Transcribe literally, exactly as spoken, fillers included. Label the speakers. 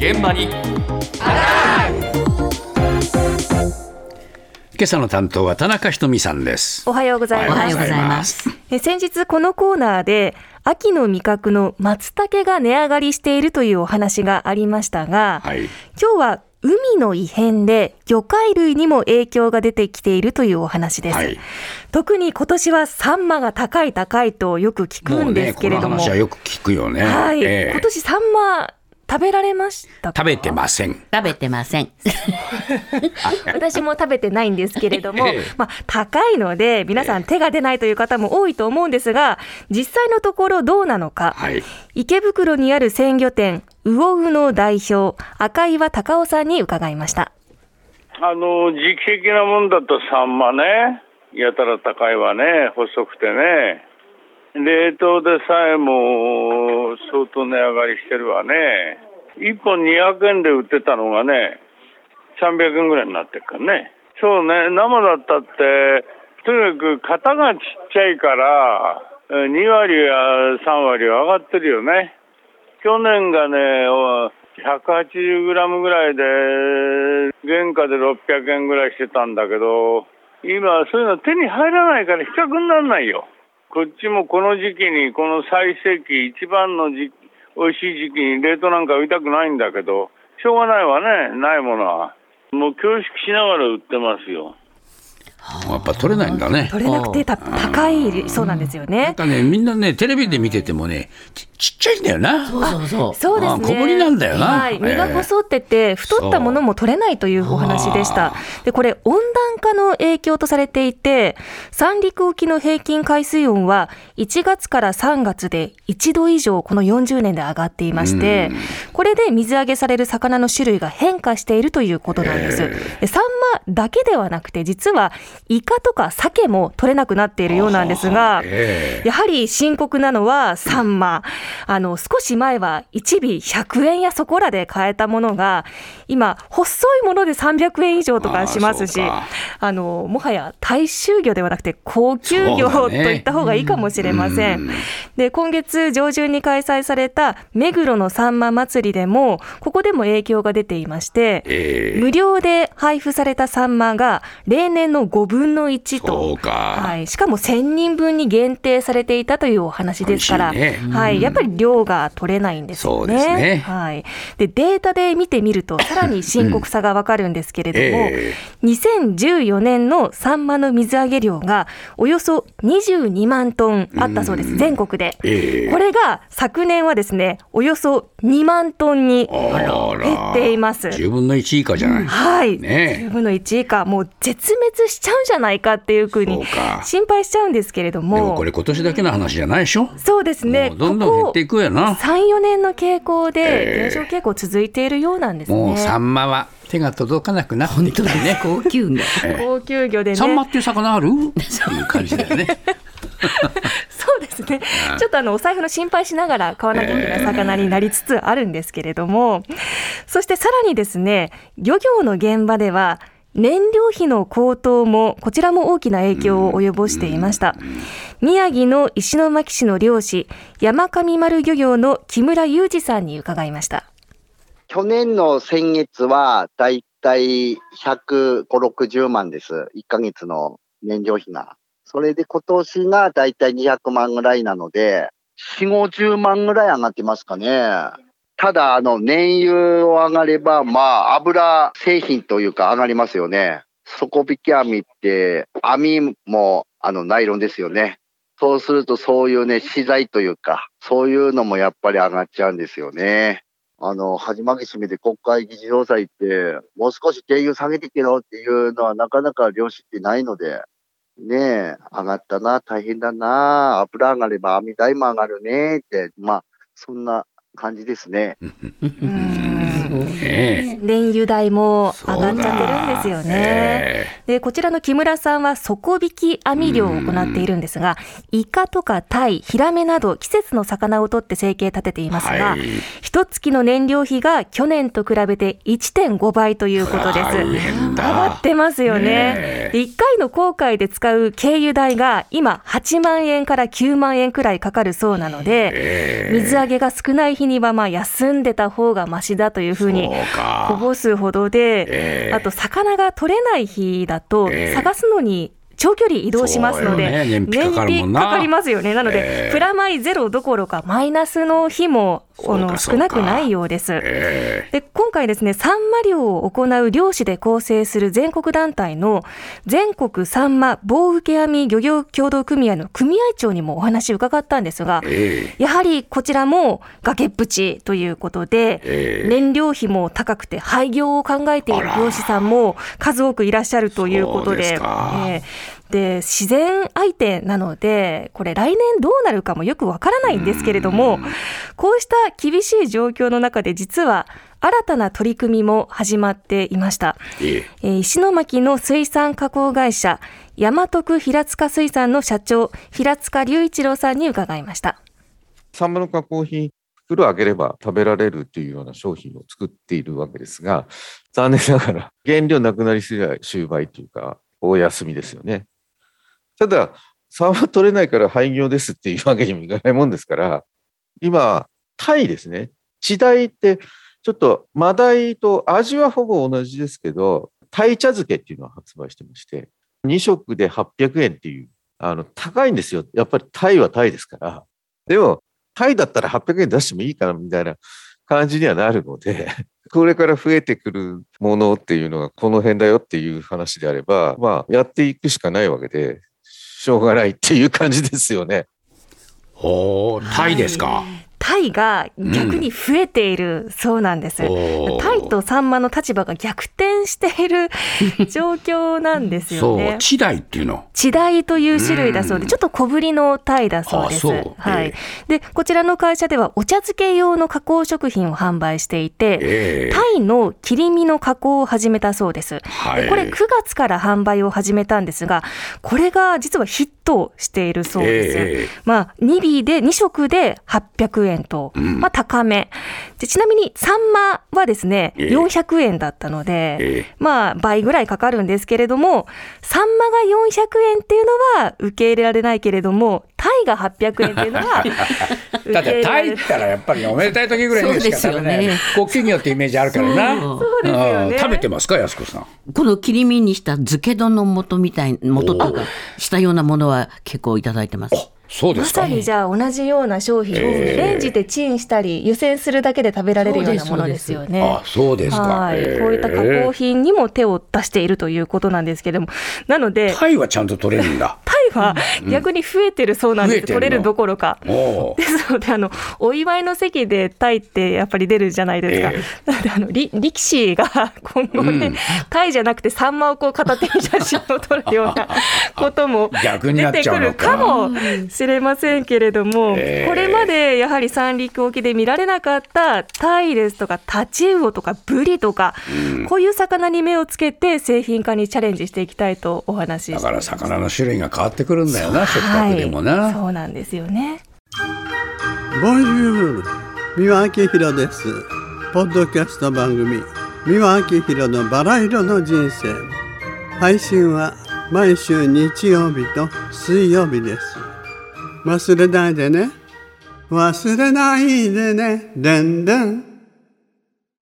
Speaker 1: 現場に今朝の担当は田中ひとみさんです。
Speaker 2: おはようございます。
Speaker 3: おはようございます。
Speaker 2: え先日このコーナーで秋の味覚の松茸が値上がりしているというお話がありましたが、
Speaker 1: はい、
Speaker 2: 今日は海の異変で魚介類にも影響が出てきているというお話です、はい、特に今年はサンマが高い高いとよく聞くんですけれども、
Speaker 1: もうね、この話はよく聞くよね、
Speaker 2: はい
Speaker 1: えー、
Speaker 2: 今年サンマ食べられましたか？
Speaker 1: 食べてません。
Speaker 3: 食べてません
Speaker 2: 私も食べてないんですけれども、まあ、高いので皆さん手が出ないという方も多いと思うんですが、実際のところどうなのか、はい、池袋にある鮮魚店魚うの代表赤岩隆夫さんに伺いました。
Speaker 4: あの時期的なもんだとサンマね、やたら高いわね、細くてね、冷凍でさえも相当値上がりしてるわね。いっぽんにひゃくえんで売ってたのがねさんびゃくえんぐらいになってるからね。そうね、生だったってとにかく型がちっちゃいからにわりやさんわりは上がってるよね。去年がねひゃくはちじゅうグラムぐらいで原価でろっぴゃくえんぐらいしてたんだけど、今そういうの手に入らないから比較にならないよ。こっちもこの時期にこの最盛期一番の時美味しい時期に冷凍なんか売りたくないんだけど、しょうがないわね、ないものはもう恐縮しながら売ってますよ。
Speaker 1: やっぱ取れないんだね。
Speaker 2: 取れなくてた高いそうなんですよね。
Speaker 1: なんかね、みんなねテレビで見ててもね ち, ちっちゃいんだよな。
Speaker 3: そうそうそう、
Speaker 2: そうですね、
Speaker 1: 小ぶりなんだよな、
Speaker 2: はい、身が細ってて太ったものも取れないというお話でした。でこれ温暖化の影響とされていて、三陸沖の平均海水温はいちがつからさんがつでいちど以上このよんじゅうねんで上がっていまして、これで水揚げされる魚の種類が変化しているということなんです。でサンマだけではなくて実はイカとか鮭も取れなくなっているようなんですが、やはり深刻なのはサンマ。あの少し前はいちびひゃくえんやそこらで買えたものが今細いものでさんびゃくえん以上とかしますし、ああのもはや大衆魚ではなくて高級魚といった方がいいかもしれません。で今月上旬に開催された目黒のサンマ祭りでもここでも影響が出ていまして、えー、無料で配布されたサンマが例年のごぶんのいちと、はい、しかもせんにんぶんに限定されていたというお話ですから、ね、はい、やっぱり量が取れないんですよね。そうですね、はい、でデータで見てみるとさらに深刻さがわかるんですけれども、えー、にせんじゅうよねんのサンマの水揚げ量がおよそにじゅうにまんトンあったそうです、全国で、えー、これが昨年はですねおよそにまんトンに減っています。
Speaker 1: じゅうぶんのいち以下じゃない、
Speaker 2: はい、ね、じゅうぶんのいち以下、もう絶滅しちゃうんじゃないかっていうふうに心配しちゃうんですけれども、
Speaker 1: でもこれ今年だけの話じゃないでしょ。
Speaker 2: そうですね、
Speaker 1: どんどん減っていくやな。
Speaker 2: さん、よねんの傾向で減少傾向続いているようなんですね。
Speaker 1: もうサンマは手が届かなくなってきたね。
Speaker 3: 高級魚、
Speaker 2: えー、高級魚でね、
Speaker 1: サンマっていう魚あるっていう感じだよね
Speaker 2: そうですね、ちょっとあのお財布の心配しながら買わなきゃいけない魚になりつつあるんですけれども、えー、そしてさらにですね、漁業の現場では燃料費の高騰もこちらも大きな影響を及ぼしていました。宮城の石巻市の漁師山上丸漁業の木村裕二さんに伺いました。
Speaker 5: 去年の先月はだいたいひゃくごじゅう、ろくじゅうまんです。いっかげつの燃料費が。それで今年がだいたいにひゃくまんぐらいなので、よんじゅう、ごじゅうまんぐらい上がってますかね。ただ、あの、燃油を上がれば、まあ、油製品というか上がりますよね。底引き網って、網も、あの、ナイロンですよね。そうすると、そういうね、資材というか、そういうのもやっぱり上がっちゃうんですよね。あの、恥まぎしめで国会議事要塞って、もう少し軽油下げてきろっていうのはなかなか漁師ってないので、ねえ、上がったな、大変だな、油上がれば網代も上がるねって、まあ、そんな感じですね。
Speaker 2: ね、燃油代も上がっちゃってるんですよね。でこちらの木村さんは底引き網漁を行っているんですが、イカとかタイ、ヒラメなど季節の魚を取って生計立てていますが、はい、一月の燃料費が去年と比べて いってんごばいということです。上がってますよね。でいっかいの航海で使う軽油代が今はちまんえんからきゅうまんえんくらいかかるそうなので、水揚げが少ない日にはまあ休んでた方がマシだというふうふうにこぼすほどで、
Speaker 1: えー、
Speaker 2: あと魚が取れない日だと探すのに長距離移動しますので、
Speaker 1: ね、燃費かかるもんな。
Speaker 2: 燃費かかりますよね。なので、えー、プラマイゼロどころかマイナスの日もあの少なくないようです。えー、で今回ですね、サンマ漁を行う漁師で構成する全国団体の全国サンマ棒受け網漁業協同組合の組合長にもお話を伺ったんですが、えー、やはりこちらも崖っぷちということで、えー、燃料費も高くて廃業を考えている漁師さんも数多くいらっしゃるということで、えで自然相手なので、これ来年どうなるかもよくわからないんですけれども、こうした厳しい状況の中で実は新たな取り組みも始まっていました。ええ、石巻の水産加工会社大和区平塚水産の社長平塚隆一郎さんに伺いました。
Speaker 6: サンマの加工品、袋を開ければ食べられるというような商品を作っているわけですが、残念ながら原料なくなり次第終売というかお休みですよね。ただサンマ取れないから廃業ですっていうわけにもいかないもんですから、今タイですね、チダイってちょっとマダイと味はほぼ同じですけど、タイ茶漬けっていうのを発売してまして、に食ではっぴゃくえんっていう、あの高いんですよ。やっぱりタイはタイですから。でもタイだったらはっぴゃくえん出してもいいかなみたいな感じにはなるので、これから増えてくるものっていうのがこの辺だよっていう話であれば、まあやっていくしかないわけでしょうがないっていう感じですよね。
Speaker 1: おー、タイですか。はい、
Speaker 2: タイが逆に増えているそうなんです、うん、タイとサンマの立場が逆転している状況なんですよね。
Speaker 1: そう、チダイっていうの、
Speaker 2: チダイという種類だそうで、うん、ちょっと小ぶりのタイだそうです。
Speaker 1: ああ、そう、
Speaker 2: はい、
Speaker 1: えー、
Speaker 2: でこちらの会社ではお茶漬け用の加工食品を販売していて、えー、タイの切り身の加工を始めたそうです、はい、でこれくがつから販売を始めたんですが、これが実はヒットしているそうです、えーまあ、に尾でに食ではっぴゃくえんと、うん、まあ、高めで、ちなみにサンマはですね、えー、よんひゃくえんだったので、えー、まあ倍ぐらいかかるんですけれども、サンマがよんひゃくえんっていうのは受け入れられないけれども、タイがはっぴゃくえんっていうのは
Speaker 1: だってタイったらやっぱりおめでたい時ぐらいにしか食べない、ね、国企業ってイメージあるからな。
Speaker 2: そうですよね。
Speaker 1: 食べてますか、安子さん。
Speaker 3: この切り身にした漬け丼の素みたい素とかしたようなものは結構いただいてます。
Speaker 1: そうですか。
Speaker 2: まさにじゃあ同じような商品をレンジでチンしたり湯煎するだけで食べられるようなものですよね。
Speaker 1: あ、そうですか。
Speaker 2: はい、こういった加工品にも手を出しているということなんですけれども、なので
Speaker 1: タイはちゃんと取れるんだ。
Speaker 2: タイは逆に増えてるそうなんです、うん、取れるどころか。ですので、あのお祝いの席でタイってやっぱり出るじゃないですか、えー、なのであの力士が今後ね、うん、タイじゃなくてサンマをこう片手に写真を撮るようなことも出てくるかもしれませんけれども、えー、これまでやはり三陸沖で見られなかったタイですとかタチウオとかブリとか、うん、こういう魚に目をつけて製品化にチャレンジしていきたいとお話しして、
Speaker 1: だから魚の種類が変わってくるんだよな、食卓でもな、
Speaker 2: はい、そうなんですよね。
Speaker 7: ボンジュール、三輪明宏です。ポッドキャスト番組三輪明宏のバラ色の人生、配信は毎週日曜日と水曜日です。忘れないでね、忘れないでね、でんでん。